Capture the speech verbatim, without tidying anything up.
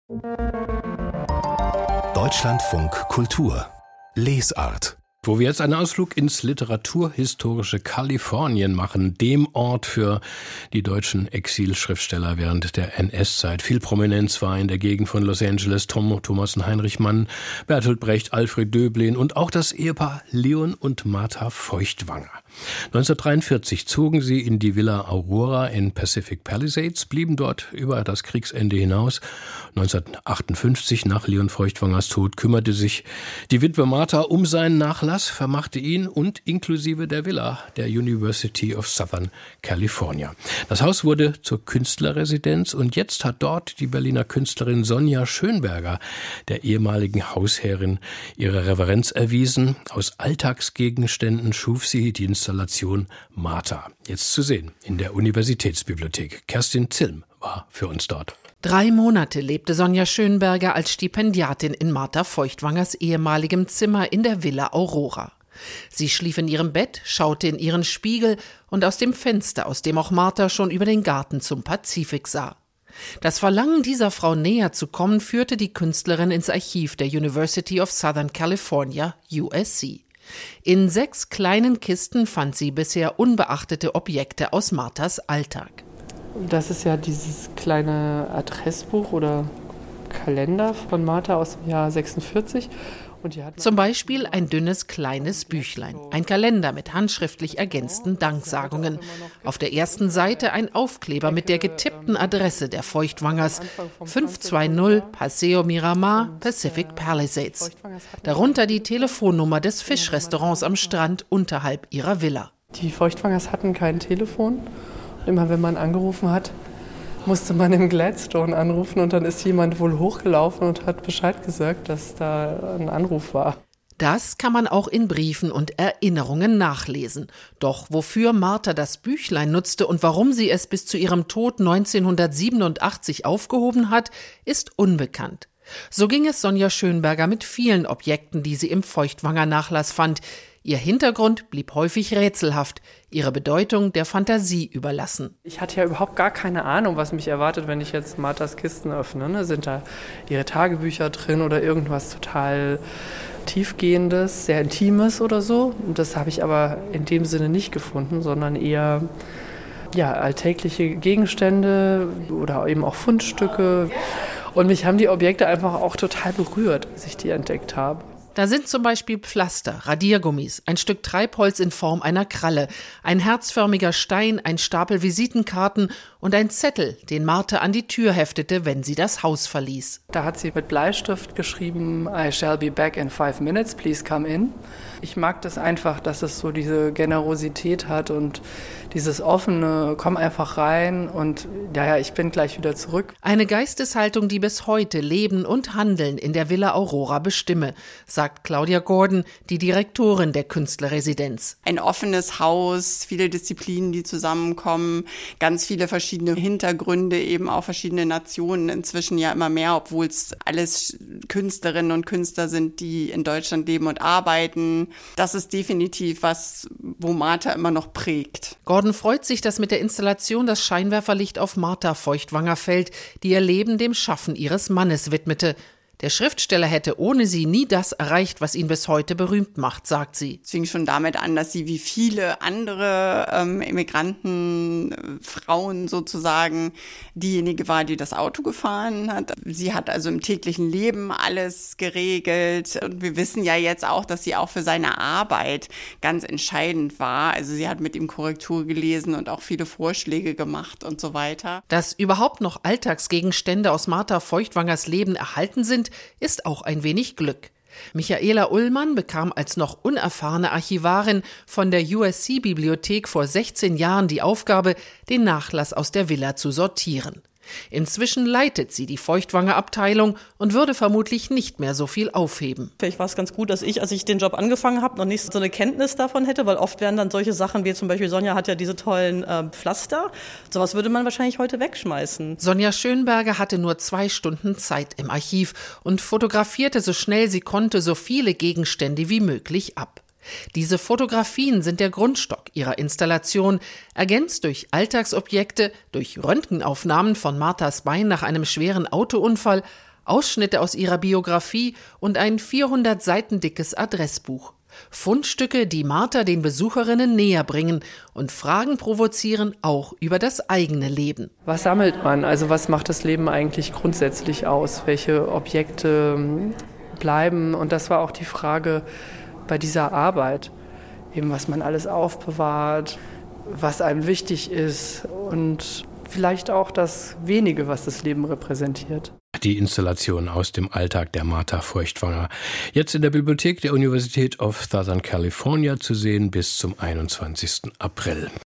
Deutschlandfunk Kultur Lesart. Wo wir jetzt einen Ausflug ins literaturhistorische Kalifornien machen, dem Ort für die deutschen Exilschriftsteller während der N S-Zeit. Viel Prominenz war in der Gegend von Los Angeles. Tom, Thomas und Heinrich Mann, Bertolt Brecht, Alfred Döblin und auch das Ehepaar Leon und Martha Feuchtwanger. neunzehnhundertdreiundvierzig zogen sie in die Villa Aurora in Pacific Palisades, blieben dort über das Kriegsende hinaus. neunzehnhundertachtundfünfzig, nach Leon Feuchtwangers Tod, kümmerte sich die Witwe Martha um seinen Nachlass, vermachte ihn und inklusive der Villa der University of Southern California. Das Haus wurde zur Künstlerresidenz und jetzt hat dort die Berliner Künstlerin Sonja Schönberger, der ehemaligen Hausherrin, ihre Reverenz erwiesen. Aus Alltagsgegenständen schuf sie die Installation Martha. Jetzt zu sehen in der Universitätsbibliothek. Kerstin Zilm war für uns dort. Drei Monate lebte Sonja Schönberger als Stipendiatin in Martha Feuchtwangers ehemaligem Zimmer in der Villa Aurora. Sie schlief in ihrem Bett, schaute in ihren Spiegel und aus dem Fenster, aus dem auch Martha schon über den Garten zum Pazifik sah. Das Verlangen dieser Frau näher zu kommen, führte die Künstlerin ins Archiv der University of Southern California, U S C. In sechs kleinen Kisten fand sie bisher unbeachtete Objekte aus Marthas Alltag. Das ist ja dieses kleine Adressbuch oder Kalender von Martha aus dem Jahr sechsundvierzig. Und die hat Zum Beispiel ein dünnes, kleines Büchlein. Ein Kalender mit handschriftlich ergänzten Danksagungen. Auf der ersten Seite ein Aufkleber mit der getippten Adresse der Feuchtwangers. fünf zwei null Paseo Miramar, Pacific Palisades. Darunter die Telefonnummer des Fischrestaurants am Strand unterhalb ihrer Villa. Die Feuchtwangers hatten kein Telefon. Immer wenn man angerufen hat, musste man im Gladstone anrufen und dann ist jemand wohl hochgelaufen und hat Bescheid gesagt, dass da ein Anruf war. Das kann man auch in Briefen und Erinnerungen nachlesen. Doch wofür Martha das Büchlein nutzte und warum sie es bis zu ihrem Tod neunzehnhundertsiebenundachtzig aufgehoben hat, ist unbekannt. So ging es Sonja Schönberger mit vielen Objekten, die sie im Feuchtwanger Nachlass fand. Ihr Hintergrund blieb häufig rätselhaft, ihre Bedeutung der Fantasie überlassen. Ich hatte ja überhaupt gar keine Ahnung, was mich erwartet, wenn ich jetzt Marthas Kisten öffne. Ne? Sind da ihre Tagebücher drin oder irgendwas total Tiefgehendes, sehr Intimes oder so? Und das habe ich aber in dem Sinne nicht gefunden, sondern eher ja, alltägliche Gegenstände oder eben auch Fundstücke. Und mich haben die Objekte einfach auch total berührt, als ich die entdeckt habe. Da sind zum Beispiel Pflaster, Radiergummis, ein Stück Treibholz in Form einer Kralle, ein herzförmiger Stein, ein Stapel Visitenkarten und ein Zettel, den Martha an die Tür heftete, wenn sie das Haus verließ. Da hat sie mit Bleistift geschrieben, I shall be back in five minutes, please come in. Ich mag das einfach, dass es so diese Generosität hat und dieses offene, komm einfach rein und ja, ja, ich bin gleich wieder zurück. Eine Geisteshaltung, die bis heute Leben und Handeln in der Villa Aurora bestimme, sagt Claudia Gordon, die Direktorin der Künstlerresidenz. Ein offenes Haus, viele Disziplinen, die zusammenkommen, ganz viele verschiedene Hintergründe, eben auch verschiedene Nationen, inzwischen ja immer mehr, obwohl es alles Künstlerinnen und Künstler sind, die in Deutschland leben und arbeiten. Das ist definitiv was, wo Martha immer noch prägt. Gordon freut sich, dass mit der Installation das Scheinwerferlicht auf Martha Feuchtwanger fällt, die ihr Leben dem Schaffen ihres Mannes widmete. Der Schriftsteller hätte ohne sie nie das erreicht, was ihn bis heute berühmt macht, sagt sie. Es fing schon damit an, dass sie wie viele andere ähm, Immigrantenfrauen sozusagen diejenige war, die das Auto gefahren hat. Sie hat also im täglichen Leben alles geregelt. Und wir wissen ja jetzt auch, dass sie auch für seine Arbeit ganz entscheidend war. Also sie hat mit ihm Korrektur gelesen und auch viele Vorschläge gemacht und so weiter. Dass überhaupt noch Alltagsgegenstände aus Martha Feuchtwangers Leben erhalten sind, ist auch ein wenig Glück. Michaela Ullmann bekam als noch unerfahrene Archivarin von der U S C-Bibliothek vor sechzehn Jahren die Aufgabe, den Nachlass aus der Villa zu sortieren. Inzwischen leitet sie die Feuchtwanger-Abteilung und würde vermutlich nicht mehr so viel aufheben. Vielleicht war es ganz gut, dass ich, als ich den Job angefangen habe, noch nicht so eine Kenntnis davon hätte, weil oft werden dann solche Sachen wie zum Beispiel Sonja hat ja diese tollen äh, Pflaster. Sowas würde man wahrscheinlich heute wegschmeißen. Sonja Schönberger hatte nur zwei Stunden Zeit im Archiv und fotografierte so schnell sie konnte so viele Gegenstände wie möglich ab. Diese Fotografien sind der Grundstock ihrer Installation, ergänzt durch Alltagsobjekte, durch Röntgenaufnahmen von Marthas Bein nach einem schweren Autounfall, Ausschnitte aus ihrer Biografie und ein vierhundert Seiten dickes Adressbuch. Fundstücke, die Martha den Besucherinnen näher bringen und Fragen provozieren, auch über das eigene Leben. Was sammelt man? Also was macht das Leben eigentlich grundsätzlich aus? Welche Objekte bleiben? Und das war auch die Frage bei dieser Arbeit. Eben was man alles aufbewahrt, was einem wichtig ist und vielleicht auch das Wenige, was das Leben repräsentiert. Die Installation aus dem Alltag der Martha Feuchtwanger. Jetzt in der Bibliothek der University of Southern California zu sehen bis zum einundzwanzigsten April.